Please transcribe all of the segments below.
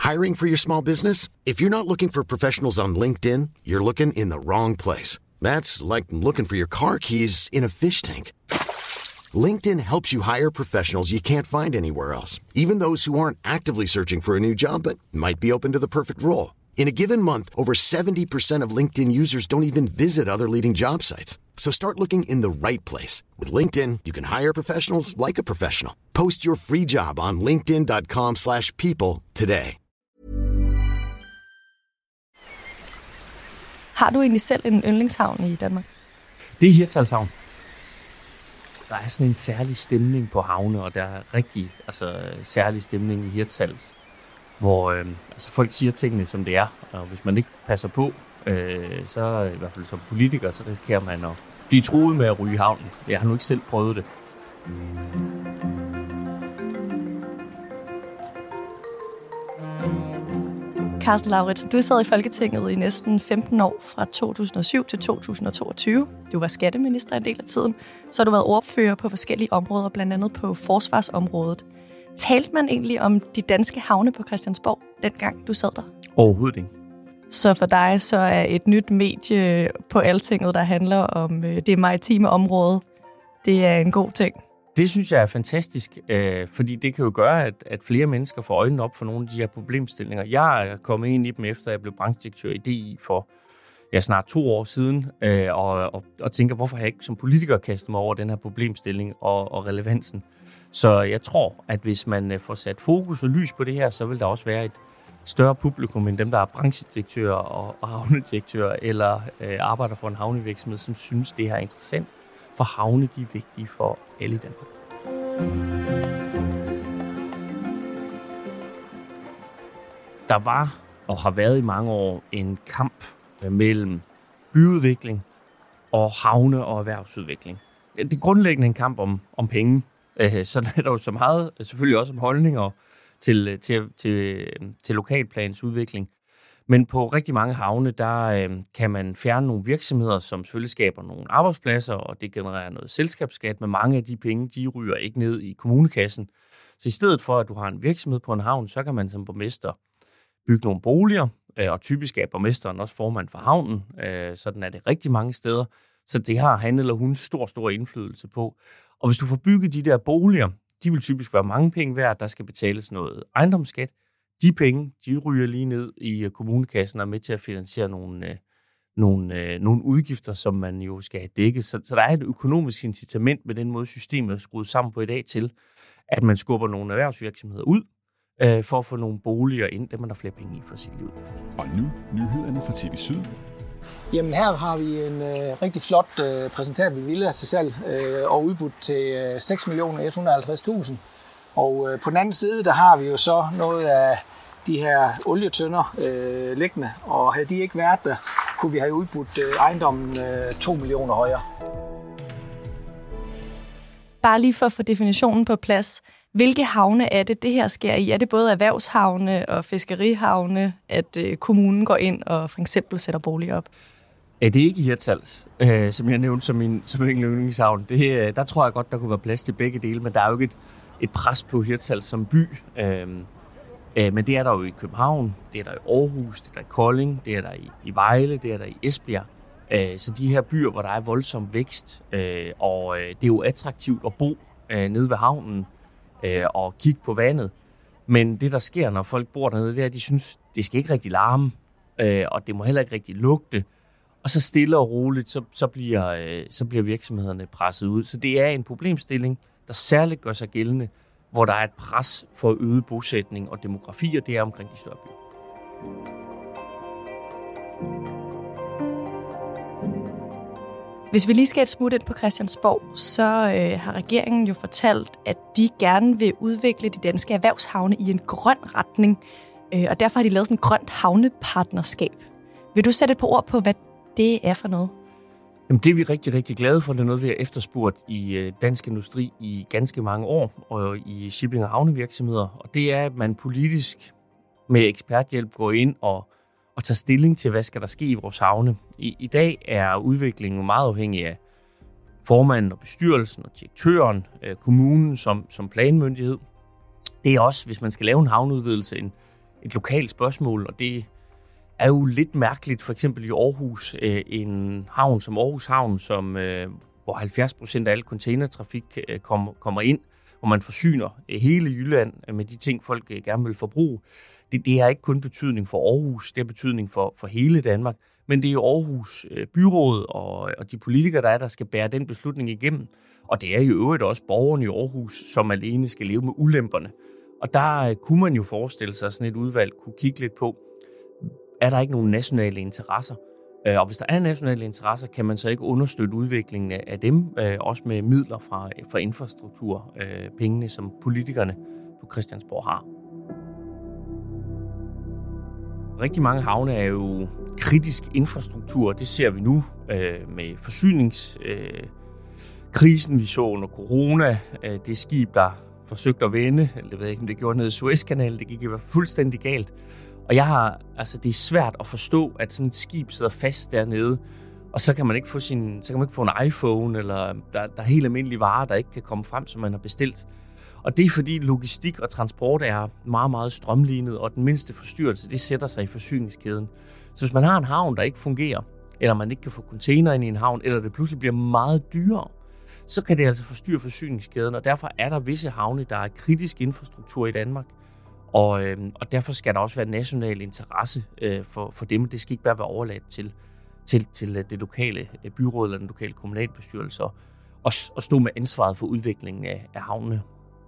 Hiring for your small business? If you're not looking for professionals on LinkedIn, you're looking in the wrong place. That's like looking for your car keys in a fish tank. LinkedIn helps you hire professionals you can't find anywhere else, even those who aren't actively searching for a new job but might be open to the perfect role. In a given month, over 70% of LinkedIn users don't even visit other leading job sites. So start looking in the right place. With LinkedIn, you can hire professionals like a professional. Post your free job on linkedin.com/people today. Har du egentlig selv en yndlingshavn i Danmark? Det er Hirtshals. Der er sådan en særlig stemning på havne, og der er rigtig særlig stemning i Hirtshals, hvor folk siger tingene, som det er. Og hvis man ikke passer på, så i hvert fald som politiker, så risikerer man at blive truet med at ryge i havnen. Jeg har nu ikke selv prøvet det. Karsten Lauritzen, du sad i Folketinget i næsten 15 år, fra 2007 til 2022. Du var skatteminister en del af tiden. Så har du været ordfører på forskellige områder, blandt andet på forsvarsområdet. Talte man egentlig om de danske havne på Christiansborg, dengang du sad der? Overhovedet ikke. Så for dig så er et nyt medie på Altinget, der handler om det maritime område, det er en god ting? Det synes jeg er fantastisk, fordi det kan jo gøre, at flere mennesker får øjnene op for nogle af de her problemstillinger. Jeg er kommet ind i dem, efter jeg blev branchedirektør i DI for snart 2 år siden, og tænker, hvorfor har jeg ikke som politiker kastet mig over den her problemstilling og relevansen. Så jeg tror, at hvis man får sat fokus og lys på det her, så vil der også være et større publikum end dem, der er branchedirektører og havnedirektører, eller arbejder for en havnevirksomhed, som synes, det her er interessant. For havne, de er vigtige for alle i Danmark. Der var og har været i mange år en kamp mellem byudvikling og havne- og erhvervsudvikling. Det er grundlæggende en kamp om penge. Sådan er der jo så meget, selvfølgelig også om holdninger til lokalplans udvikling. Men på rigtig mange havne, der kan man fjerne nogle virksomheder, som selvfølgelig skaber nogle arbejdspladser, og det genererer noget selskabsskat, men mange af de penge, de ryger ikke ned i kommunekassen. Så i stedet for, at du har en virksomhed på en havn, så kan man som borgmester bygge nogle boliger, og typisk er borgmesteren også formand for havnen. Sådan er det rigtig mange steder. Så det har han eller hun stor indflydelse på. Og hvis du får bygget de der boliger, de vil typisk være mange penge værd, der skal betales noget ejendomsskat. De penge, de ryger lige ned i kommunekassen og er med til at finansiere nogle udgifter, som man jo skal have dækket. Så der er et økonomisk incitament med den måde, systemet er skruet sammen på i dag til, at man skubber nogle erhvervsvirksomheder ud for at få nogle boliger ind, dem man har flere penge i for sit liv. Og nu nyhederne fra TV Syd. Jamen her har vi en rigtig flot præsentabel villa til salg og udbudt til 6.150.000. Og på den anden side, der har vi jo så noget af de her olietønder liggende, og havde de ikke været der, kunne vi have udbudt ejendommen 2 millioner højere. Bare lige for at få definitionen på plads. Hvilke havne er det her sker i? Er det både erhvervshavne og fiskerihavne, at kommunen går ind og for eksempel sætter boliger op? Det er ikke Hirtshals, som jeg nævnte som en yndlingshavn. Der tror jeg godt, der kunne være plads til begge dele, men der er jo ikke et pres på Hirtshals som by. Men det er der jo i København, det er der i Aarhus, det er der i Kolding, det er der i Vejle, det er der i Esbjerg. Så de her byer, hvor der er voldsom vækst, og det er jo attraktivt at bo nede ved havnen og kigge på vandet. Men det, der sker, når folk bor dernede, det er, at de synes, det skal ikke rigtig larme, og det må heller ikke rigtig lugte. Og så stille og roligt, så bliver virksomhederne presset ud. Så det er en problemstilling, der særligt gør sig gældende, hvor der er et pres for øget bosætning og demografi, og det er omkring de større byer. Hvis vi lige skal et smut ind på Christiansborg, så har regeringen jo fortalt, at de gerne vil udvikle de danske erhvervshavne i en grøn retning, og derfor har de lavet sådan et grønt havnepartnerskab. Vil du sætte et par ord på, hvad det er for noget? Jamen, det er vi rigtig, rigtig glade for. Det er noget, vi har efterspurgt i dansk industri i ganske mange år, og i shipping- og havnevirksomheder. Og det er, at man politisk med eksperthjælp går ind og tager stilling til, hvad skal der ske i vores havne. I dag er udviklingen meget afhængig af formanden og bestyrelsen og direktøren, kommunen som planmyndighed. Det er også, hvis man skal lave en havneudvidelse, lokalt spørgsmål, og det er jo lidt mærkeligt, for eksempel i Aarhus, en havn som Aarhus Havn, hvor 70% af al containertrafik kommer ind, hvor man forsyner hele Jylland med de ting, folk gerne vil forbruge. Det har ikke kun betydning for Aarhus, det har betydning for hele Danmark, men det er Aarhus byråd og de politikere, der skal bære den beslutning igennem. Og det er jo øvrigt også borgerne i Aarhus, som alene skal leve med ulemperne. Og der kunne man jo forestille sig, at sådan et udvalg kunne kigge lidt på, er der ikke nogen nationale interesser? Og hvis der er nationale interesser, kan man så ikke understøtte udviklingen af dem, også med midler fra infrastruktur, pengene, som politikerne på Christiansborg har. Rigtig mange havne er jo kritisk infrastruktur, det ser vi nu med forsyningskrisen, vi så under corona, det skib, der forsøgte at vende, eller jeg ved ikke, om det gjorde nede i Suezkanalen, det gik i hvert fald fuldstændig galt. Og det er svært at forstå, at sådan et skib sidder fast dernede, og så kan man ikke få en iPhone, eller der er helt almindelige varer, der ikke kan komme frem, som man har bestilt. Og det er fordi logistik og transport er meget, meget strømlinet, og den mindste forstyrrelse, det sætter sig i forsyningskæden. Så hvis man har en havn, der ikke fungerer, eller man ikke kan få container ind i en havn, eller det pludselig bliver meget dyrere, så kan det altså forstyrre forsyningskæden, og derfor er der visse havne, der er kritisk infrastruktur i Danmark. Og derfor skal der også være national interesse for dem. Det skal ikke bare være overladt til det lokale byråd eller den lokale kommunalbestyrelse og stå med ansvaret for udviklingen af havnene.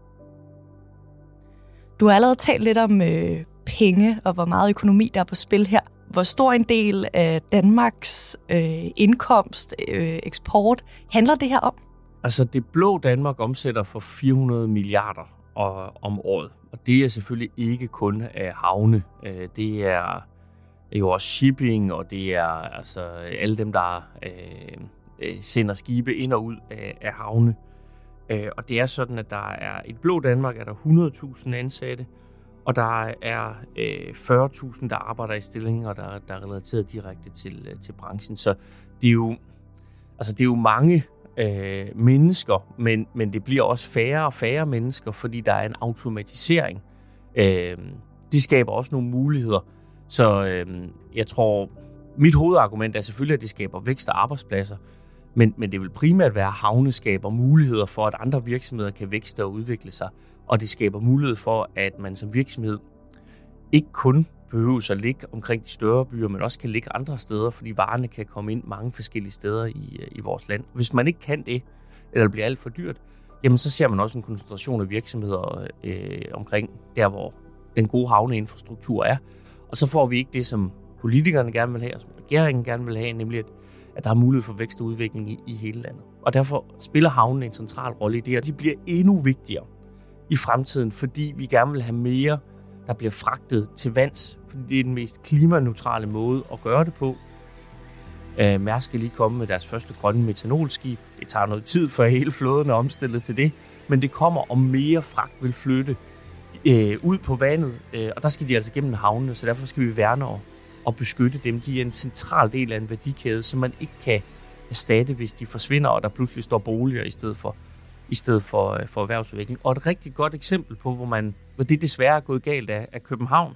Du har allerede talt lidt om penge og hvor meget økonomi der er på spil her. Hvor stor en del af Danmarks indkomst, eksport, handler det her om? Altså det blå Danmark omsætter for 400 milliarder om året. Og det er selvfølgelig ikke kun af havne. Det er jo også shipping, og det er altså alle dem, der sender skibe ind og ud af havne. Og det er sådan, at der er i et blå Danmark er der 100.000 ansatte, og der er 40.000, der arbejder i stillinger, der er relateret direkte til branchen. Så det er jo mange mennesker, men det bliver også færre og færre mennesker, fordi der er en automatisering. Det skaber også nogle muligheder. Så jeg tror, mit hovedargument er selvfølgelig, at det skaber vækst og arbejdspladser, men det vil primært være havneskaber muligheder for, at andre virksomheder kan vækste og udvikle sig, og det skaber mulighed for, at man som virksomhed ikke kun behøver at ligge omkring de større byer, men også kan ligge andre steder, fordi varerne kan komme ind mange forskellige steder i vores land. Hvis man ikke kan det, eller det bliver alt for dyrt, jamen så ser man også en koncentration af virksomheder omkring der, hvor den gode havneinfrastruktur er. Og så får vi ikke det, som politikerne gerne vil have, og som regeringen gerne vil have, nemlig at der er mulighed for vækst og udvikling i hele landet. Og derfor spiller havnene en central rolle i det, og de bliver endnu vigtigere i fremtiden, fordi vi gerne vil have mere, der bliver fragtet til vands, fordi det er den mest klimaneutrale måde at gøre det på. Mærsk skal lige komme med deres første grønne metanolskib. Det tager noget tid, før hele flåden er omstillet til det, men det kommer, og mere fragt vil flytte ud på vandet, og der skal de altså gennem havnene, så derfor skal vi værne og beskytte dem. De er en central del af en værdikæde, som man ikke kan erstatte, hvis de forsvinder, og der pludselig står boliger i stedet for erhvervsudvikling. Og et rigtig godt eksempel på, hvor det desværre er gået galt af København,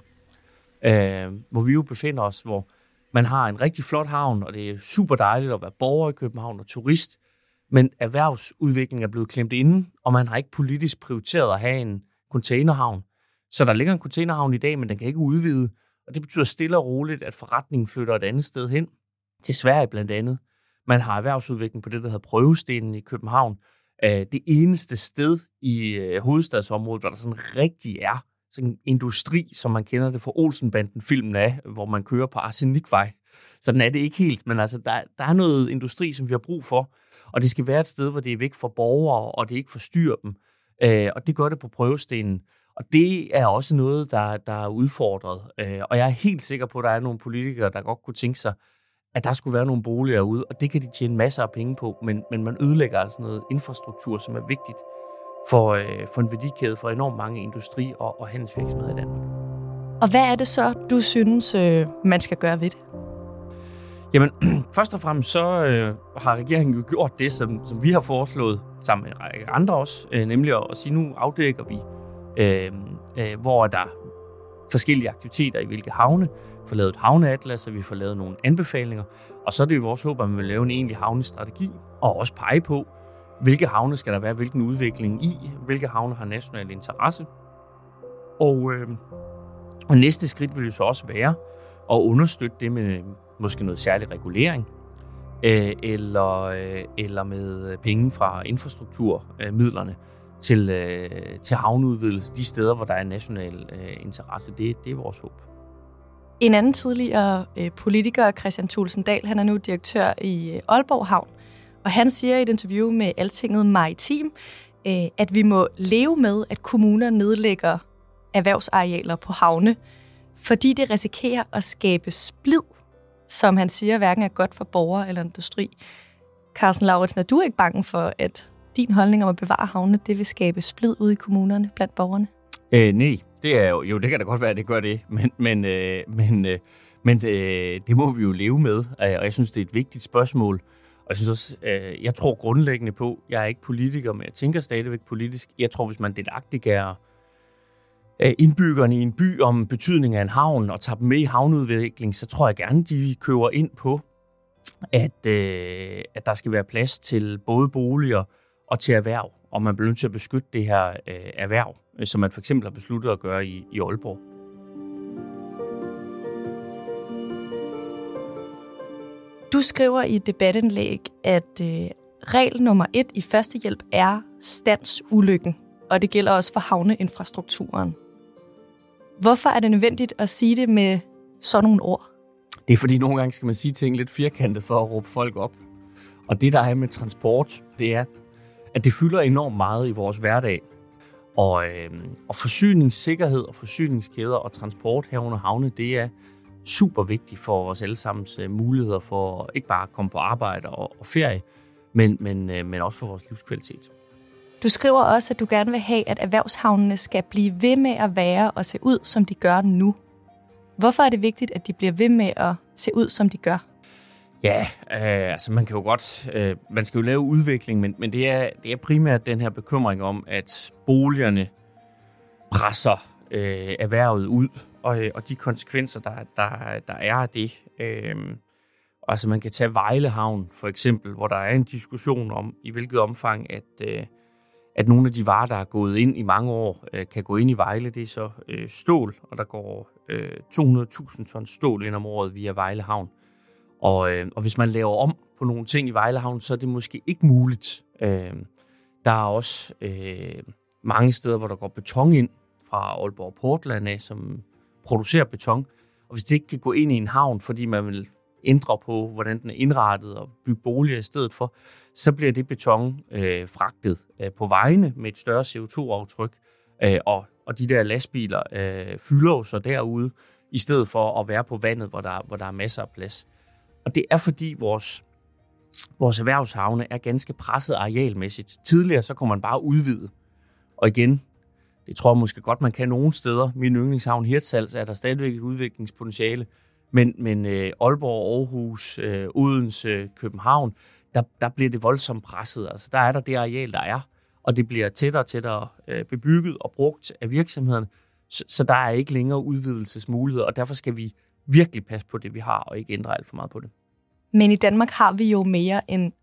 hvor vi jo befinder os, hvor man har en rigtig flot havn, og det er super dejligt at være borger i København og turist, men erhvervsudviklingen er blevet klemt inde, og man har ikke politisk prioriteret at have en containerhavn. Så der ligger en containerhavn i dag, men den kan ikke udvide, og det betyder stille og roligt, at forretningen flytter et andet sted hen, til Sverige blandt andet. Man har erhvervsudvikling på det, der hedder Prøvestenen i København. Det eneste sted i hovedstadsområdet, hvor der sådan rigtig er sådan en industri, som man kender det fra Olsenbanden-filmen af, hvor man kører på Arsenikvej. Sådan er det ikke helt, men altså, der er noget industri, som vi har brug for, og det skal være et sted, hvor det er væk fra borgere, og det ikke forstyrrer dem. Og det gør det på Prøvestenen. Og det er også noget, der er udfordret. Og jeg er helt sikker på, at der er nogle politikere, der godt kunne tænke sig, at der skulle være nogle boliger ude, og det kan de tjene masser af penge på, men man ødelægger altså noget infrastruktur, som er vigtigt for en værdikæde for enormt mange industri- og handelsvirksomheder i Danmark. Og hvad er det så, du synes, man skal gøre ved det? Jamen, først og fremmest så har regeringen jo gjort det, som vi har foreslået, sammen med en række andre også, nemlig at sige, nu afdækker vi, hvor der forskellige aktiviteter i hvilke havne, vi får lavet et havneatlas, og vi får lavet nogle anbefalinger, og så er det jo vores håb, at man vil lave en egentlig havnestrategi, og også pege på, hvilke havne skal der være, hvilken udvikling i, hvilke havne har national interesse. Og næste skridt vil jo så også være at understøtte det med måske noget særlig regulering, eller med penge fra infrastrukturmidlerne til havneudvidelse de steder, hvor der er national interesse. Det er vores håb. En anden tidligere politiker, Kristian Thulesen Dahl, han er nu direktør i Aalborg Havn, og han siger i et interview med Altinget Maritim, at vi må leve med, at kommuner nedlægger erhvervsarealer på havne, fordi det risikerer at skabe splid, som han siger hverken er godt for borgere eller industri. Carsten Lauritsen, er du ikke bange for, at din holdning om at bevare havne, det vil skabe splid ude i kommunerne blandt borgerne? Nej, det er jo det kan da godt være, at det gør det, men det må vi jo leve med, og jeg synes, det er et vigtigt spørgsmål. Og jeg synes også, jeg tror grundlæggende på, jeg er ikke politiker, men jeg tænker stadigvæk politisk. Jeg tror, hvis man delagtigt er indbyggerne i en by om betydningen af en havn og tager dem med i havneudvikling, så tror jeg gerne, de køber ind på, at der skal være plads til både boliger og til erhverv, og man bliver nødt til at beskytte det her erhverv, som man for eksempel har besluttet at gøre i Aalborg. Du skriver i et debatindlæg, at regel nummer 1 i førstehjælp er standsulykken, og det gælder også for havneinfrastrukturen. Hvorfor er det nødvendigt at sige det med sådan nogle ord? Det er fordi, nogle gange skal man sige ting lidt firkantet for at råbe folk op. Og det, der er med transport, det er, at det fylder enormt meget i vores hverdag. Og forsyningssikkerhed og forsyningskæder og transport herunder havne, det er super vigtigt for vores allesammens muligheder for ikke bare at komme på arbejde og ferie, men også for vores livskvalitet. Du skriver også, at du gerne vil have, at erhvervshavnene skal blive ved med at være og se ud, som de gør nu. Hvorfor er det vigtigt, at de bliver ved med at se ud, som de gør? Ja, altså man kan jo godt, man skal jo lave udvikling, men det er primært den her bekymring om, at boligerne presser erhvervet ud, og de konsekvenser, der er af det. Altså man kan tage Vejle Havn for eksempel, hvor der er en diskussion om, i hvilket omfang, at nogle af de varer, der er gået ind i mange år, kan gå ind i Vejle. Det er så stål, og der går 200.000 ton stål ind om året via Vejle Havn. Og hvis man laver om på nogle ting i Vejle Havn, så er det måske ikke muligt. Der er også mange steder, hvor der går beton ind fra Aalborg Portland af, som producerer beton. Og hvis det ikke kan gå ind i en havn, fordi man vil ændre på, hvordan den er indrettet og bygge boliger i stedet for, så bliver det beton fragtet på vejene med et større CO2-aftryk. Og de der lastbiler fylder jo så derude, i stedet for at være på vandet, hvor der er masser af plads. Og det er fordi vores erhvervshavne er ganske presset arealmæssigt. Tidligere så kunne man bare udvide. Og igen, det tror jeg måske godt, man kan nogle steder. Min yndlingshavn Hirtshals er der stadigvæk et udviklingspotentiale. Men Aalborg, Aarhus, Odense, København, der bliver det voldsomt presset. Altså der er der det areal, der er, og det bliver tættere og tættere bebygget og brugt af virksomhederne. Så der er ikke længere udvidelsesmuligheder, og derfor skal vi virkelig passe på det, vi har, og ikke ændre alt for meget på det. Men i Danmark har vi jo mere end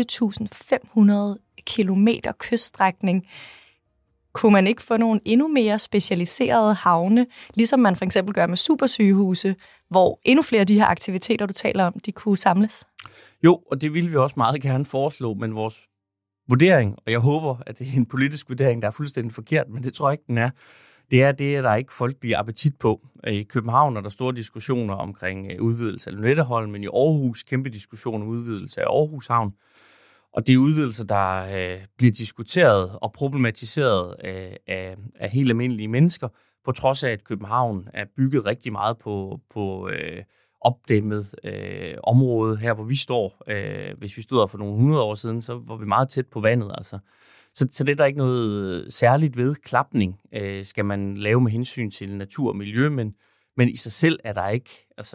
8.500 kilometer kyststrækning. Kunne man ikke få nogle endnu mere specialiserede havne, ligesom man for eksempel gør med supersygehuse, hvor endnu flere af de her aktiviteter, du taler om, de kunne samles? Jo, og det ville vi også meget gerne foreslå, men vores vurdering, og jeg håber, at det er en politisk vurdering, der er fuldstændig forkert, men det tror jeg ikke, den er. Det er det, at der ikke folkelig appetit på. I København er der store diskussioner omkring udvidelse af Lynetteholm, men i Aarhus kæmpe diskussioner om udvidelse af Aarhus Havn. Og det er udvidelser, der bliver diskuteret og problematiseret af helt almindelige mennesker, på trods af, at København er bygget rigtig meget på opdæmmet område her, hvor vi står. Hvis vi stod for nogle 100 år siden, så var vi meget tæt på vandet. Altså. Så det er der ikke noget særligt ved. Klapning skal man lave med hensyn til natur og miljø, men i sig selv er der ikke,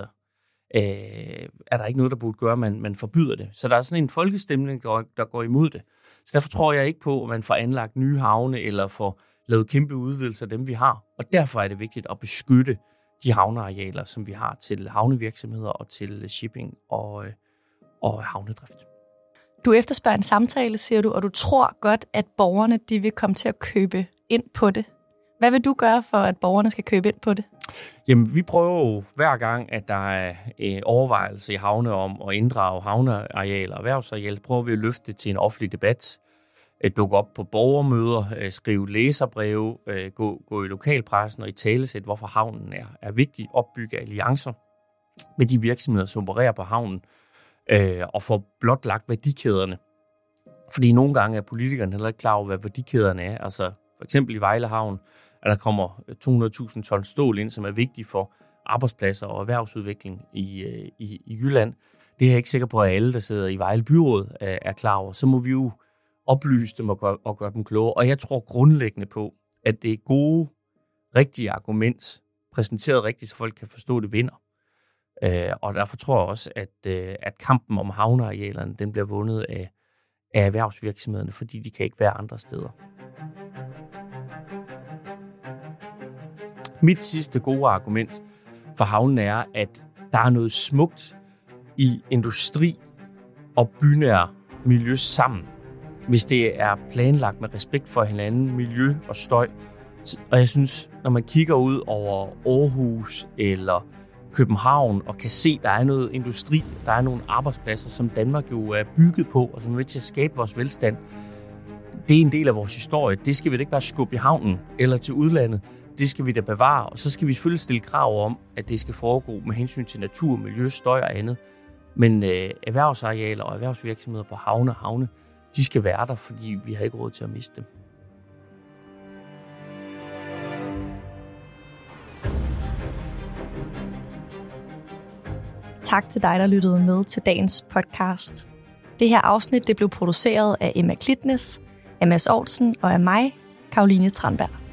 noget, der burde gøre, at man forbyder det. Så der er sådan en folkestemning, der går imod det. Så derfor tror jeg ikke på, at man får anlagt nye havne eller får lavet kæmpe udvidelser af dem, vi har. Og derfor er det vigtigt at beskytte de havnearealer, som vi har til havnevirksomheder og til shipping og havnedrift. Du efterspørger en samtale, siger du, og du tror godt, at borgerne de vil komme til at købe ind på det. Hvad vil du gøre for, at borgerne skal købe ind på det? Jamen, vi prøver jo hver gang, at der er overvejelse i havne om at inddrage havnearealer og erhvervsarealer, prøver vi at løfte det til en offentlig debat, dukke op på borgermøder, skrive læserbreve, gå i lokalpressen og i talesæt, hvorfor havnen er vigtig, opbygge alliancer med de virksomheder, som opererer på havnen, og få blotlagt værdikæderne. Fordi nogle gange er politikerne heller ikke klar over, hvad værdikæderne er. Altså for eksempel i Vejle Havn, at der kommer 200.000 ton stål ind, som er vigtigt for arbejdspladser og erhvervsudvikling i Jylland. Det er jeg ikke sikker på, at alle, der sidder i Vejle Byråd, er klar over. Så må vi jo oplyse dem og gøre dem klogere. Og jeg tror grundlæggende på, at det er gode, rigtige argument, præsenteret rigtigt, så folk kan forstå, det vinder. Og derfor tror jeg også, at kampen om havnearealerne, den bliver vundet af erhvervsvirksomhederne, fordi de kan ikke være andre steder. Mit sidste gode argument for havnen er, at der er noget smukt i industri og bynær miljø sammen, hvis det er planlagt med respekt for hinanden, miljø og støj. Og jeg synes, når man kigger ud over Aarhus eller København og kan se, at der er noget industri, der er nogle arbejdspladser, som Danmark jo er bygget på, og som er med til at skabe vores velstand. Det er en del af vores historie. Det skal vi da ikke bare skubbe i havnen eller til udlandet. Det skal vi da bevare, og så skal vi selvfølgelig stille krav om, at det skal foregå med hensyn til natur, miljø, støj og andet. Men erhvervsarealer og erhvervsvirksomheder på havne, de skal være der, fordi vi har ikke råd til at miste dem. Tak til dig, der lyttede med til dagens podcast. Det her afsnit det blev produceret af Emma Klitnes, af Mads Aarhusen og af mig, Caroline Tranberg.